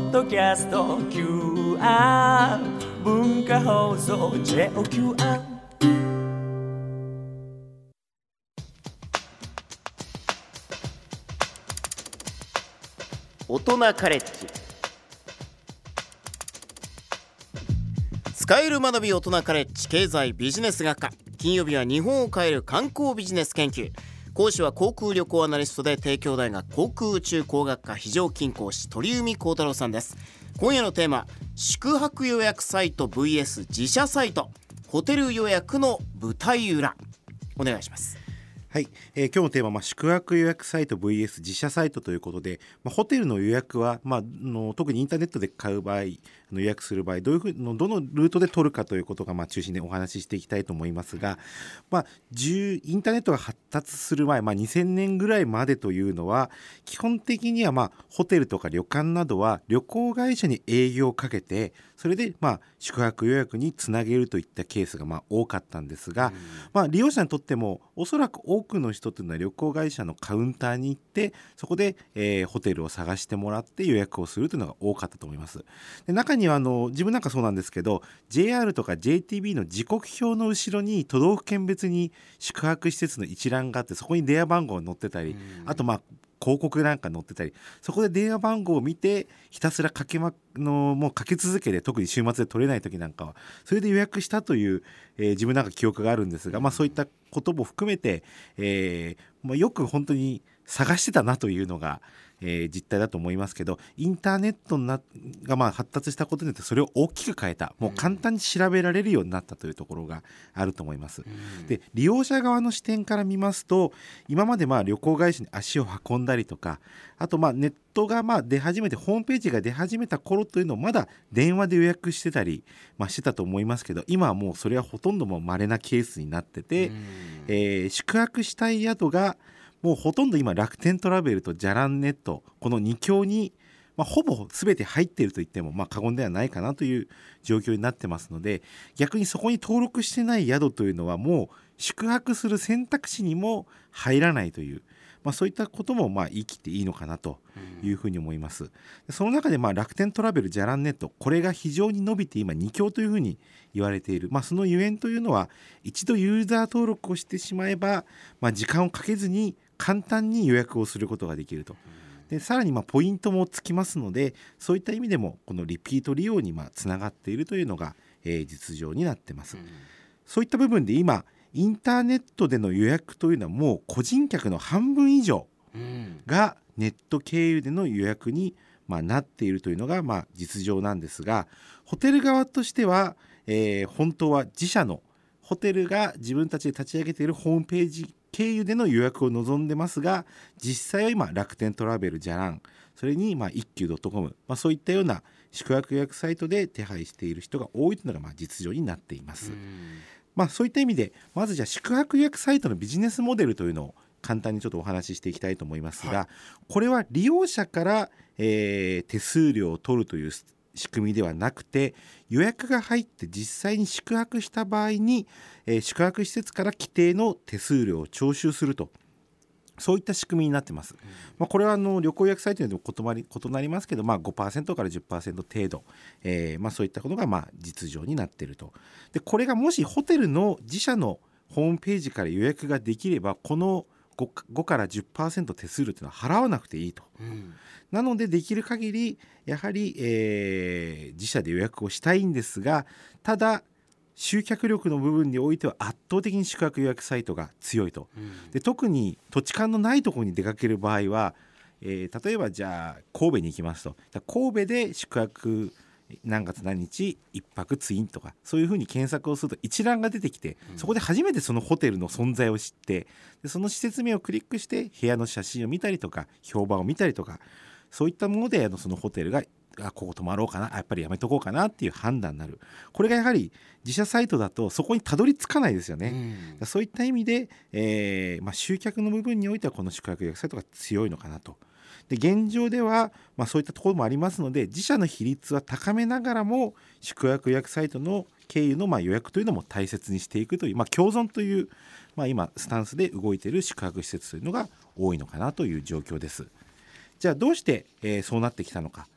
ッドキャスト QR 文化放送 JOQR。 大人カレッジ、使える学び大人カレッジ経済ビジネス学科。金曜日は日本を変える観光ビジネス研究。講師は航空旅行アナリストで帝京大学航空宇宙工学科非常勤講師鳥海高太郎さんです。今夜のテーマ、宿泊予約サイト vs 自社サイト、ホテル予約の舞台裏。お願いします。 はい、今日のテーマ、宿泊予約サイト vs 自社サイトということで、ホテルの予約は、特にインターネットで買う場合、予約する場合どのルートで取るかということが中心でお話ししていきたいと思いますが、インターネットが発達する前、2000年ぐらいまでというのは基本的にはホテルとか旅館などは旅行会社に営業をかけて、それで宿泊予約につなげるといったケースが多かったんですが、利用者にとってもおそらく多くの人というのは旅行会社のカウンターに行って、そこで、ホテルを探してもらって予約をするというのが多かったと思います。で、中には自分なんかそうなんですけど、 JR とか JTB の時刻表の後ろに都道府県別に宿泊施設の一覧があって、そこに電話番号が載ってたり、あと広告なんか載ってたり、そこで電話番号を見てひたすらもうかけ続けて、特に週末で取れない時なんかはそれで予約したという、自分なんか記憶があるんですが、そういったことも含めて、よく本当に探してたなというのが、実態だと思いますけど、インターネットが発達したことによってそれを大きく変えた、もう簡単に調べられるようになったというところがあると思います。で、利用者側の視点から見ますと、今まで旅行会社に足を運んだりとか、あとネットが出始めて、ホームページが出始めた頃というのをまだ電話で予約してたり、してたと思いますけど、今はもうそれはほとんど稀なケースになってて、宿泊したい宿がもうほとんど今楽天トラベルとじゃらんネット、この2強に、ほぼ全て入っていると言っても過言ではないかなという状況になってますので、逆にそこに登録してない宿というのはもう宿泊する選択肢にも入らないという、そういったことも言い切っていいのかなというふうに思います。その中で楽天トラベル、じゃらんネット、これが非常に伸びて今2強というふうに言われている。そのゆえんというのは、一度ユーザー登録をしてしまえば、時間をかけずに簡単に予約をすることができると。で、さらにポイントもつきますので、そういった意味でもこのリピート利用につながっているというのが、実情になってます。そういった部分で今インターネットでの予約というのはもう個人客の半分以上がネット経由での予約になっているというのが実情なんですが、ホテル側としては、本当は自社のホテルが自分たちで立ち上げているホームページ経由での予約を望んでますが、実際は今楽天トラベル、じゃらん、それに一休 .com、そういったような宿泊予約サイトで手配している人が多いというのが実情になっています。そういった意味で、まずじゃあ宿泊予約サイトのビジネスモデルというのを簡単にちょっとお話ししていきたいと思いますが、これは利用者から、手数料を取るという仕組みではなくて、予約が入って実際に宿泊した場合に、宿泊施設から規定の手数料を徴収すると、そういった仕組みになってます。これは旅行予約サイトによっても異なりますけど、5% から 10% 程度、そういったことが実情になっていると。で、これがもしホテルの自社のホームページから予約ができれば、この 5から 10% 手数料というのは払わなくていいと。なのでできる限りやはり、自社で予約をしたいんですが、ただ集客力の部分においては圧倒的に宿泊予約サイトが強いと。で、特に土地勘のないところに出かける場合は、例えばじゃあ神戸に行きますと、神戸で宿泊何月何日一泊ツインとか、そういうふうに検索をすると一覧が出てきて、そこで初めてそのホテルの存在を知って、でその施設名をクリックして部屋の写真を見たりとか評判を見たりとか、そういったものでそのホテルがここ泊まろうかな、やっぱりやめとこうかなっていう判断になる。これがやはり自社サイトだとそこにたどり着かないですよね。そういった意味で、集客の部分においてはこの宿泊予約サイトが強いのかなと。で、現状では、そういったところもありますので、自社の比率は高めながらも宿泊予約サイトの経由の予約というのも大切にしていくという、共存という、今スタンスで動いている宿泊施設というのが多いのかなという状況です。じゃあどうして、そうなってきたのか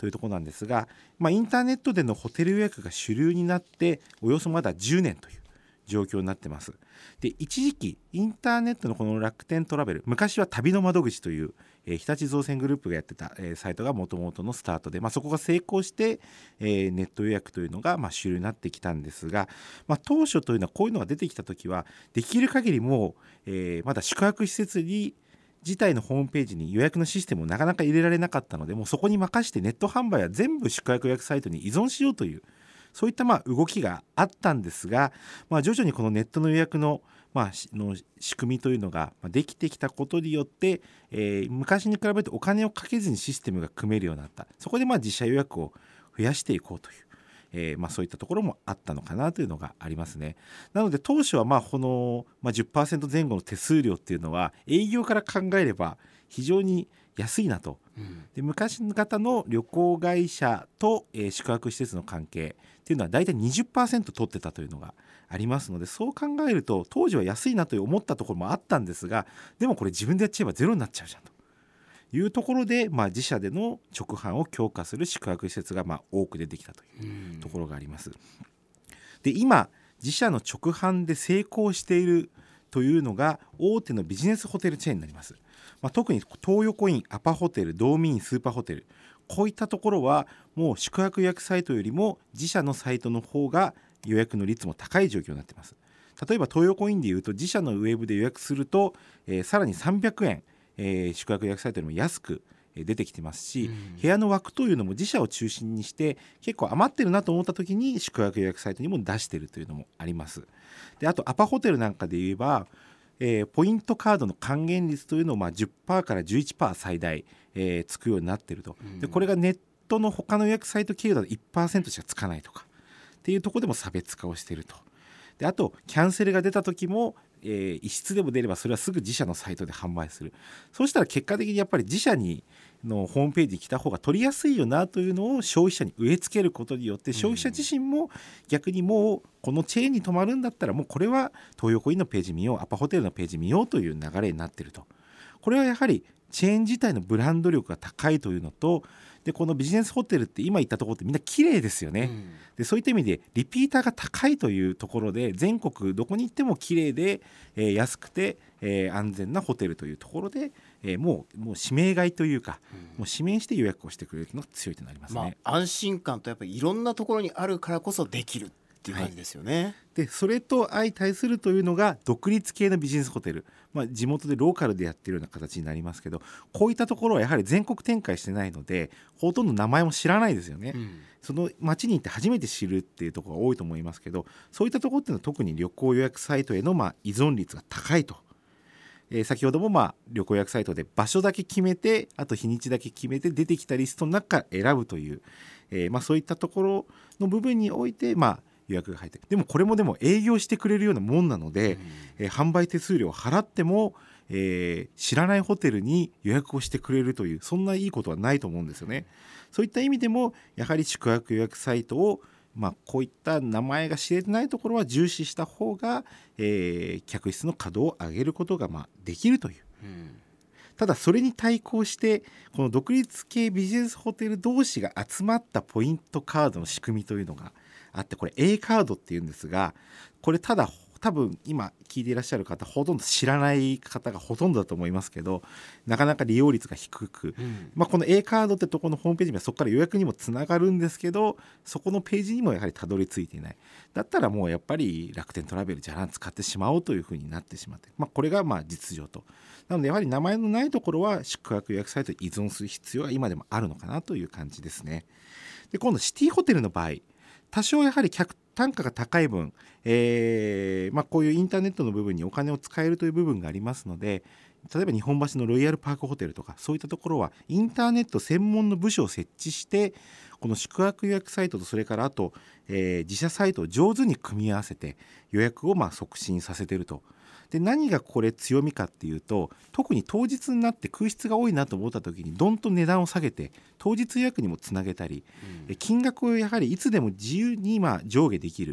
というところなんですが、インターネットでのホテル予約が主流になっておよそまだ10年という状況になってます。で、一時期インターネットのこの楽天トラベル、昔は旅の窓口という、日立造船グループがやってた、サイトがもともとのスタートで、そこが成功して、ネット予約というのが、主流になってきたんですが、当初というのはこういうのが出てきた時はできる限りもう、まだ宿泊施設に自体のホームページに予約のシステムをなかなか入れられなかったので、もうそこに任してネット販売は全部宿泊予約サイトに依存しようという、そういった動きがあったんですが、徐々にこのネットの予約のの仕組みというのができてきたことによって、昔に比べてお金をかけずにシステムが組めるようになった。そこで自社予約を増やしていこうという、そういったところもあったのかなというのがありますね。なので当初はこの、10% 前後の手数料っていうのは営業から考えれば非常に安いなと、で昔型の旅行会社と、宿泊施設の関係っていうのはだいたい 20% 取ってたというのがありますので、そう考えると当時は安いなと思ったところもあったんですが、でもこれ自分でやっちゃえばゼロになっちゃうじゃんというところで、自社での直販を強化する宿泊施設が多く出てきたというところがあります。で、今自社の直販で成功しているというのが大手のビジネスホテルチェーンになります。特に東横イン、アパホテル、ドーミーイン、スーパーホテル、こういったところはもう宿泊予約サイトよりも自社のサイトの方が予約の率も高い状況になっています。例えば東横インでいうと自社のウェブで予約すると、さらに300円、宿泊予約サイトよりも安く出てきてますし、部屋の枠というのも自社を中心にして結構余ってるなと思った時に宿泊予約サイトにも出しているというのもあります。で、あとアパホテルなんかで言えば、ポイントカードの還元率というのを10% から 11% 最大、つくようになっていると。で、これがネットの他の予約サイト経由だと 1% しかつかないとかっていうところでも差別化をしていると。で、あとキャンセルが出た時も、一室でも出ればそれはすぐ自社のサイトで販売する。そうしたら結果的にやっぱり自社のホームページに来た方が取りやすいよなというのを消費者に植え付けることによって、消費者自身も逆にもうこのチェーンに泊まるんだったらもうこれは東横インのページ見よう、アパホテルのページ見ようという流れになっていると。これはやはりチェーン自体のブランド力が高いというのと、でこのビジネスホテルって今言ったところってみんな綺麗ですよね、でそういった意味でリピーターが高いというところで全国どこに行っても綺麗で、安くて、安全なホテルというところで、もう指名買いというか、もう指名して予約をしてくれるのが強いとなりますね。 安心感とやっぱりいろんなところにあるからこそできるっていう感じですよね。 でそれと相対するというのが独立系のビジネスホテル、地元でローカルでやってるような形になりますけど、こういったところはやはり全国展開してないのでほとんど名前も知らないですよね、その町に行って初めて知るっていうところが多いと思いますけど、そういったところっていうのは特に旅行予約サイトへの依存率が高いと。先ほども旅行予約サイトで場所だけ決めて、あと日にちだけ決めて出てきたリストの中から選ぶという、そういったところの部分において予約が入って、でもこれも営業してくれるようなもんなので、販売手数料を払っても、知らないホテルに予約をしてくれるという、そんないいことはないと思うんですよね。そういった意味でもやはり宿泊予約サイトをこういった名前が知れてないところは重視した方が、客室の稼働を上げることができるという、ただそれに対抗してこの独立系ビジネスホテル同士が集まったポイントカードの仕組みというのがあって、これ A カードっていうんですが、これただ多分今聞いていらっしゃる方ほとんど知らない方がほとんどだと思いますけど、なかなか利用率が低く、この A カードってところのホームページにはそこから予約にもつながるんですけど、そこのページにもやはりたどり着いていない。だったらもうやっぱり楽天トラベルじゃらん使ってしまおうというふうになってしまって、これが実情と。なのでやはり名前のないところは宿泊予約サイトに依存する必要が今でもあるのかなという感じですね。で今度シティホテルの場合、多少やはり客単価が高い分、こういうインターネットの部分にお金を使えるという部分がありますので、例えば日本橋のロイヤルパークホテルとかそういったところはインターネット専門の部署を設置して、この宿泊予約サイトとそれからあと、自社サイトを上手に組み合わせて予約を促進させていると。で何がこれ強みかっていうと、特に当日になって空室が多いなと思った時にどんと値段を下げて当日予約にもつなげたり、金額をやはりいつでも自由に上下できる、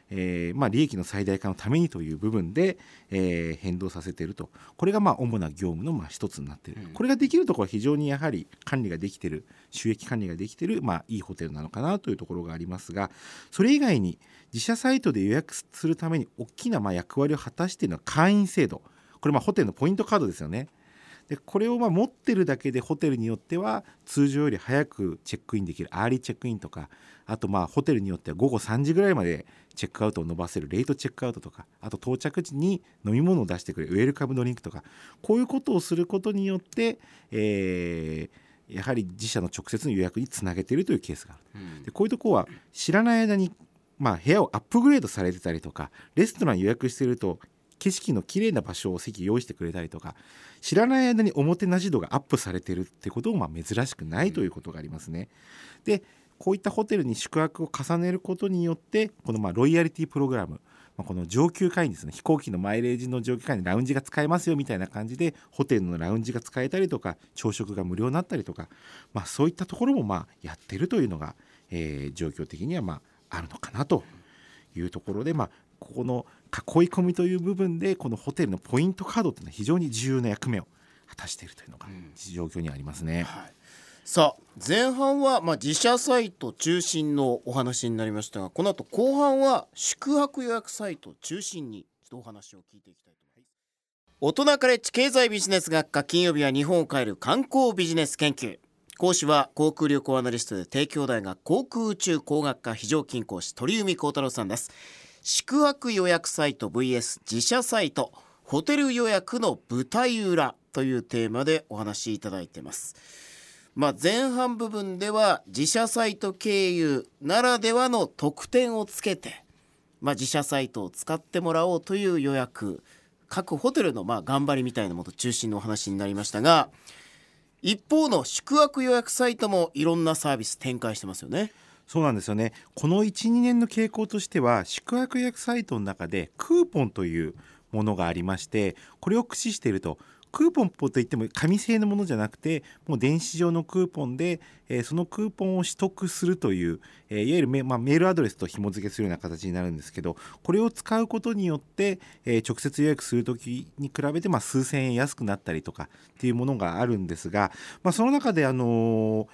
利益の最大化のためにという部分で、変動させていると。これが主な業務の一つになっている、これができるところは非常にやはり管理ができている、収益管理ができている、いいホテルなのかなというところがありますが、それ以外に自社サイトで予約するために大きな役割を果たしているのは会員制度。これホテルのポイントカードですよね。でこれを持ってるだけでホテルによっては通常より早くチェックインできるアーリーチェックインとか、あとホテルによっては午後3時ぐらいまでチェックアウトを伸ばせるレートチェックアウトとか、あと到着時に飲み物を出してくれるウェルカムドリンクとか、こういうことをすることによって、やはり自社の直接の予約につなげているというケースがある、でこういうところは知らない間に、部屋をアップグレードされてたりとか、レストラン予約していると景色の綺麗な場所を席用意してくれたりとか、知らない間におもてなし度がアップされているってことも珍しくないということがありますね。でこういったホテルに宿泊を重ねることによって、このロイヤリティプログラム、この上級会員ですね、飛行機のマイレージの上級会員にラウンジが使えますよみたいな感じでホテルのラウンジが使えたりとか、朝食が無料になったりとか、そういったところもやってるというのが、状況的にはあるのかなというところで、ここの囲い込みという部分でこのホテルのポイントカードというのは非常に重要な役目を果たしているというのが状況にありますね。 さあ前半は自社サイト中心のお話になりましたが、この後後半は宿泊予約サイト中心にちょっとお話を聞いていきたいと思います。大人カレッジ経済ビジネス学科、金曜日は日本を変える観光ビジネス研究。講師は航空旅行アナリストで帝京大学航空宇宙工学科非常勤講師鳥海高太郎さんです。宿泊予約サイト vs 自社サイト、ホテル予約の舞台裏というテーマでお話しいただいています。前半部分では自社サイト経由ならではの特典をつけて、自社サイトを使ってもらおうという予約、各ホテルの頑張りみたいなもの中心のお話になりましたが、一方の宿泊予約サイトもいろんなサービス展開してますよね。 そうなんですよね。この 1,2 年の傾向としては、宿泊予約サイトの中でクーポンというものがありまして、これを駆使していると。クーポンといっても紙製のものじゃなくて、もう電子上のクーポンで、そのクーポンを取得するという、いわゆるメールアドレスと紐付けするような形になるんですけど、これを使うことによって、直接予約するときに比べて、数千円安くなったりとかっていうものがあるんですが、その中で、今年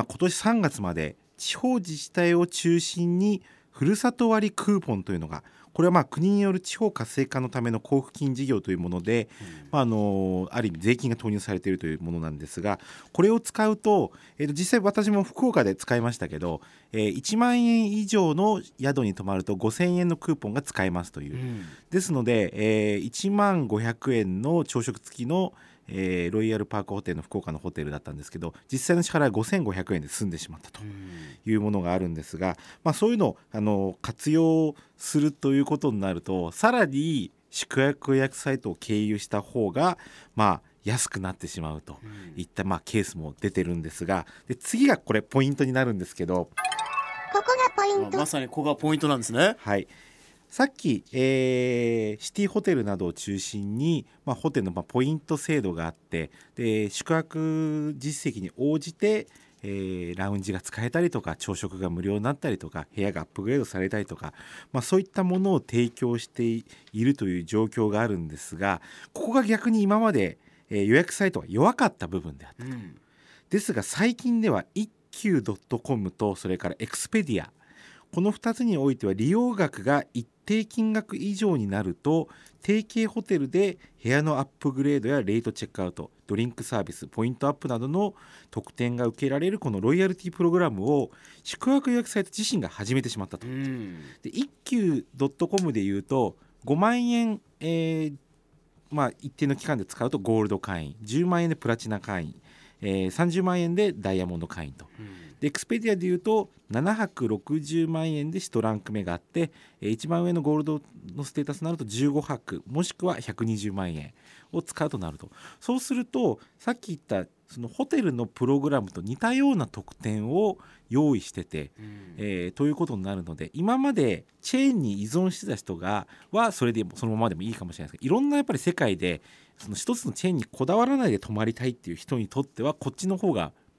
3月まで地方自治体を中心にふるさと割クーポンというのが、これは国による地方活性化のための交付金事業というもので、ある意味税金が投入されているというものなんですが、これを使うと、実際私も福岡で使いましたけど、1万円以上の宿に泊まると5000円のクーポンが使えますという、ですので、1万500円の朝食付きのロイヤルパークホテルの福岡のホテルだったんですけど、実際の支払いは5500円で済んでしまったというものがあるんですが、そういうのを活用するということになると、さらに宿泊予約サイトを経由した方が安くなってしまうといったケースも出てるんですが、で次がこれポイントになるんですけど、 ここがポイント、 まさにここがポイントなんですね。 はい、さっき、シティホテルなどを中心に、ホテルのポイント制度があって、で宿泊実績に応じて、ラウンジが使えたりとか、朝食が無料になったりとか、部屋がアップグレードされたりとか、そういったものを提供しているという状況があるんですが、ここが逆に今まで、予約サイトが弱かった部分であったと、ですが最近では一休 .com とそれからエクスペディア、この2つにおいては利用額が一定金額以上になると、提携ホテルで部屋のアップグレードやレートチェックアウト、ドリンクサービス、ポイントアップなどの特典が受けられるこのロイヤリティプログラムを宿泊予約サイト自身が始めてしまったと。で一休 .com でいうと5万円、一定の期間で使うとゴールド会員、10万円でプラチナ会員、30万円でダイヤモンド会員と、でエクスペディアでいうと7泊60万円で1ランク目があって、一番上のゴールドのステータスになると15泊もしくは120万円を使うとなると、そうするとさっき言ったそのホテルのプログラムと似たような特典を用意してて、ということになるので、今までチェーンに依存してた人はそれでそのままでもいいかもしれないですけど、いろんなやっぱり世界でその一つのチェーンにこだわらないで泊まりたいっていう人にとってはこっちの方が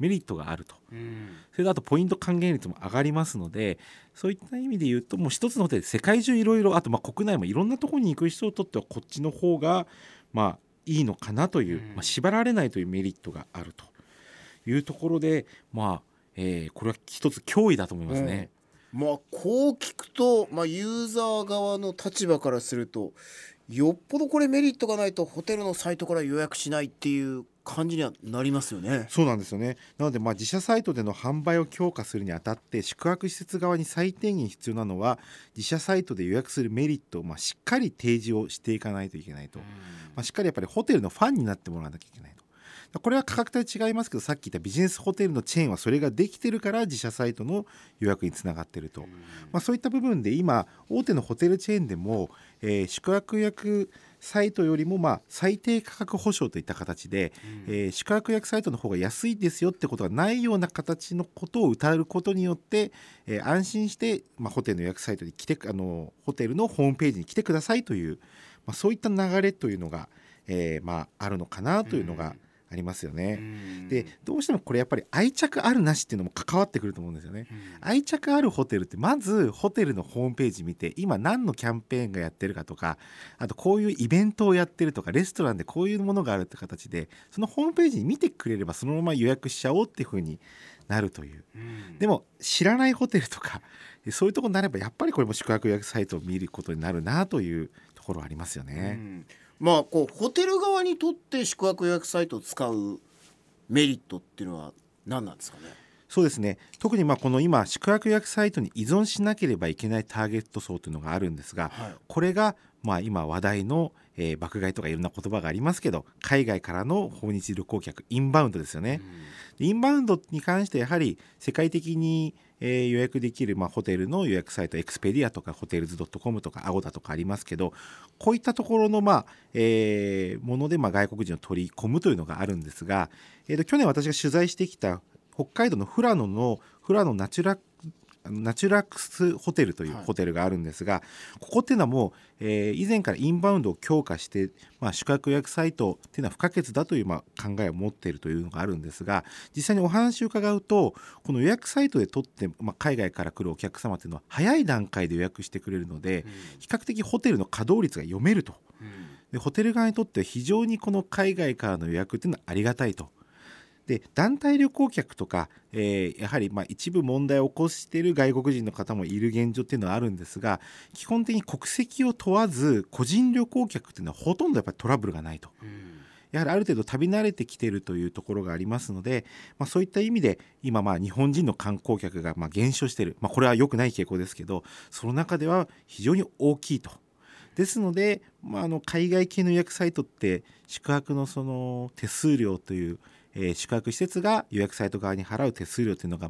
メリットがあると、それとあとポイント還元率も上がりますので、そういった意味で言うともう一つのホテル世界中いろいろ、あと国内もいろんなところに行く人にとってはこっちの方がいいのかなという、縛られないというメリットがあるというところで、これは一つ脅威だと思いますね。 こう聞くと、ユーザー側の立場からするとよっぽどこれメリットがないとホテルのサイトから予約しないっていう感じにはなりますよね。 そうなんですよね。なので自社サイトでの販売を強化するにあたって宿泊施設側に最低限必要なのは自社サイトで予約するメリットをしっかり提示をしていかないといけないと、しっかりやっぱりホテルのファンになってもらわなきゃいけないと。これは価格帯違いますけど、さっき言ったビジネスホテルのチェーンはそれができてるから自社サイトの予約につながっていると、そういった部分で今大手のホテルチェーンでも、宿泊予約サイトよりも最低価格保証といった形で、宿泊予約サイトの方が安いですよってことがないような形のことを謳うことによって、安心して、ホテルの予約サイトに来てホテルのホームページに来てくださいという、そういった流れというのが、あるのかなというのがありますよね。でどうしてもこれやっぱり愛着あるなしっていうのも関わってくると思うんですよね。愛着あるホテルってまずホテルのホームページ見て今何のキャンペーンがやってるかとか、あとこういうイベントをやってるとかレストランでこういうものがあるって形でそのホームページに見てくれればそのまま予約しちゃおうっていう風になるという、でも知らないホテルとかそういうところになればやっぱりこれも宿泊予約サイトを見ることになるなというところはありますよね。 ホテル側にとって宿泊予約サイトを使うメリットっていうのは何なんですかね。 そうですね、特にこの今宿泊予約サイトに依存しなければいけないターゲット層というのがあるんですが、これが今話題の、爆買いとかいろんな言葉がありますけど海外からの訪日旅行客インバウンドですよね。インバウンドに関してやはり世界的に予約できる、ホテルの予約サイトエクスペディアとかホテルズ .com とかアゴダとかありますけど、こういったところの、もので外国人を取り込むというのがあるんですが、去年私が取材してきた北海道の富良野のナチュラクスホテルというホテルがあるんですが、ここっていうのはもう、以前からインバウンドを強化して、宿泊予約サイトっていうのは不可欠だという考えを持っているというのがあるんですが、実際にお話を伺うとこの予約サイトで取って、海外から来るお客様っていうのは早い段階で予約してくれるので、比較的ホテルの稼働率が読めると、でホテル側にとっては非常にこの海外からの予約っていうのはありがたいと。で団体旅行客とか、やはり一部問題を起こしている外国人の方もいる現状っていうのはあるんですが、基本的に国籍を問わず個人旅行客っていうのはほとんどやっぱりトラブルがないと、やはりある程度旅慣れてきているというところがありますので、そういった意味で今日本人の観光客が減少している、これは良くない傾向ですけど、その中では非常に大きいと。ですので、海外系の予約サイトって宿泊のその手数料という宿泊施設が予約サイト側に払う手数料というのが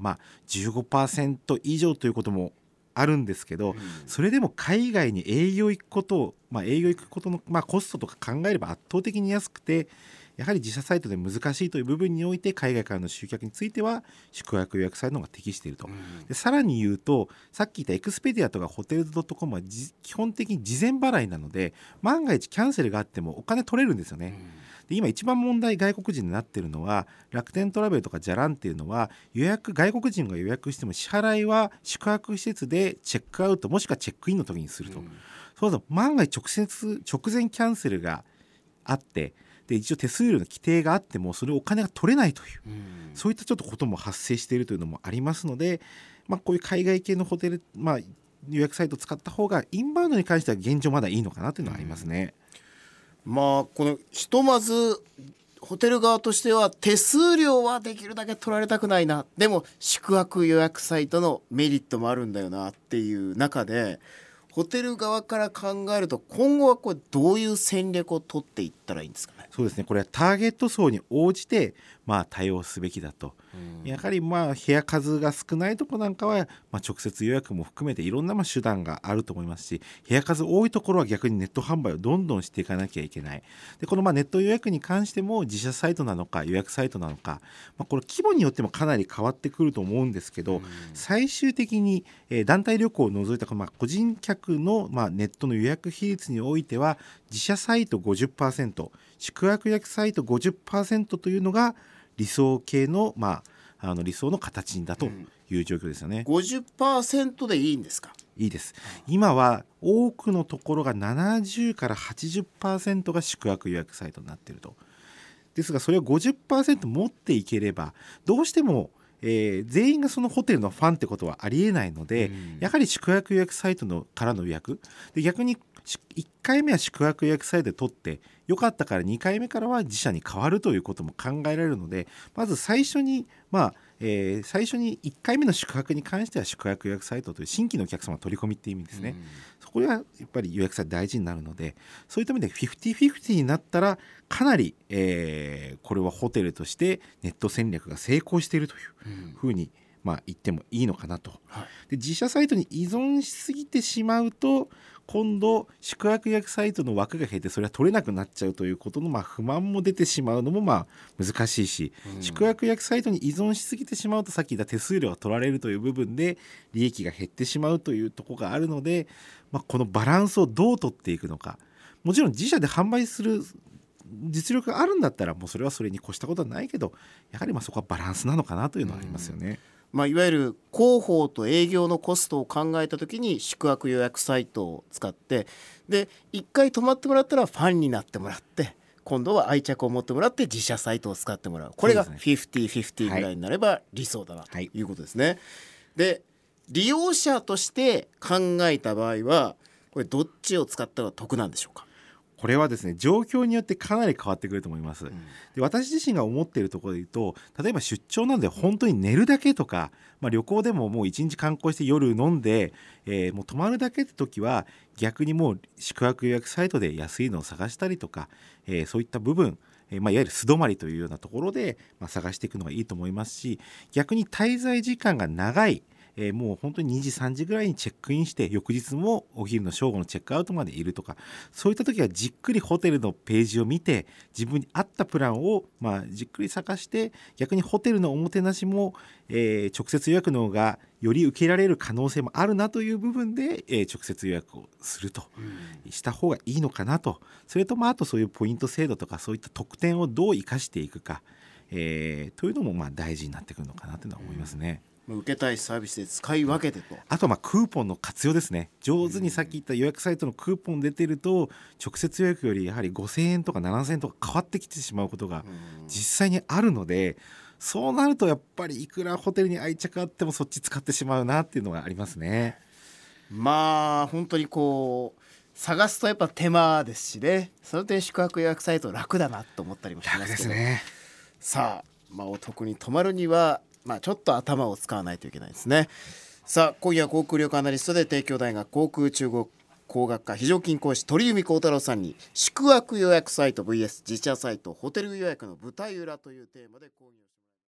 15% 以上ということもあるんですけど、それでも海外に営業行くことのコストとか考えれば圧倒的に安くて、やはり自社サイトで難しいという部分において海外からの集客については宿泊予約サイトの方が適していると。でさらに言うと、さっき言ったエクスペディアとかホテルズ .com は基本的に事前払いなので万が一キャンセルがあってもお金取れるんですよね。で今一番問題外国人になっているのは楽天トラベルとかじゃらんっていうのは外国人が予約しても支払いは宿泊施設でチェックアウトもしくはチェックインの時にすると、そうすると万が一直前キャンセルがあってで一応手数料の規定があってもそれお金が取れないという、そういったちょっとことも発生しているというのもありますので、こういう海外系のホテル、予約サイトを使った方がインバウンドに関しては現状まだいいのかなというのはありますね。 このひとまずホテル側としては手数料はできるだけ取られたくないな、でも宿泊予約サイトのメリットもあるんだよなっていう中で、ホテル側から考えると今後はこれどういう戦略を取っていったらいいんですかね。 そうですね、これはターゲット層に応じて対応すべきだと、やはり部屋数が少ないところなんかは、直接予約も含めていろんな手段があると思いますし、部屋数多いところは逆にネット販売をどんどんしていかなきゃいけない。でこのネット予約に関しても自社サイトなのか予約サイトなのか、これ規模によってもかなり変わってくると思うんですけど、最終的に、団体旅行を除いた個人客の、ネットの予約比率においては自社サイト 50%、宿泊予約サイト 50% というのが理想系の、 理想の形だという状況ですよね。 50% でいいんですか？ いいです。今は多くのところが70から 80% が宿泊予約サイトになっていると。ですがそれを 50% 持っていければどうしても、全員がそのホテルのファンってことはありえないので、やはり宿泊予約サイトからの予約で、逆に1回目は宿泊予約サイトで取ってよかったから2回目からは自社に変わるということも考えられるので、まず最初に最初に1回目の宿泊に関しては宿泊予約サイトという新規のお客様取り込みっていう意味ですね。そこはやっぱり予約サイト大事になるので、そういった意味で 50/50 になったらかなり、これはホテルとしてネット戦略が成功しているというふうに、言ってもいいのかなと。で自社サイトに依存しすぎてしまうと今度宿泊予約サイトの枠が減ってそれは取れなくなっちゃうということの不満も出てしまうのも難しいし、宿泊予約サイトに依存しすぎてしまうとさっき言った手数料が取られるという部分で利益が減ってしまうというところがあるので、このバランスをどう取っていくのか。もちろん自社で販売する実力があるんだったらもうそれはそれに越したことはないけど、やはりそこはバランスなのかなというのはありますよね。 いわゆる広報と営業のコストを考えた時に宿泊予約サイトを使ってで1回泊まってもらったらファンになってもらって今度は愛着を持ってもらって自社サイトを使ってもらう、これが 50/50 ぐらいになれば理想だなということですね。で利用者として考えた場合はこれどっちを使ったら得なんでしょうか？ これはですね状況によってかなり変わってくると思います。で私自身が思っているところで言うと、例えば出張なので本当に寝るだけとか、旅行でももう一日観光して夜飲んで、もう泊まるだけって時は逆にもう宿泊予約サイトで安いのを探したりとか、そういった部分いわゆる素泊まりというようなところで、探していくのがいいと思いますし、逆に滞在時間が長いもう本当に2時3時ぐらいにチェックインして翌日もお昼の正午のチェックアウトまでいるとか、そういった時はじっくりホテルのページを見て自分に合ったプランをじっくり探して、逆にホテルのおもてなしも、直接予約の方がより受けられる可能性もあるなという部分で、直接予約をすると、した方がいいのかなと。それとあとそういうポイント制度とかそういった特典をどう生かしていくか、というのも大事になってくるのかなというのは思いますね。 受けたいサービスで使い分けてと、 あとクーポンの活用ですね。上手にさっき言った予約サイトのクーポン出てると直接予約よりやはり5000円とか7000円とか変わってきてしまうことが実際にあるので、そうなるとやっぱりいくらホテルに愛着あってもそっち使ってしまうなっていうのがありますね。 本当に探すとやっぱ手間ですしね、その点宿泊予約サイト楽だなと思ったりもしますけど、 楽ですね。 さあ、お得に泊まるにはちょっと頭を使わないといけないですね。さあ今夜は航空旅行アナリストで帝京大学航空宇宙工学科非常勤講師鳥海高太郎さんに宿泊予約サイト vs 自社サイトホテル予約の舞台裏というテーマで講義を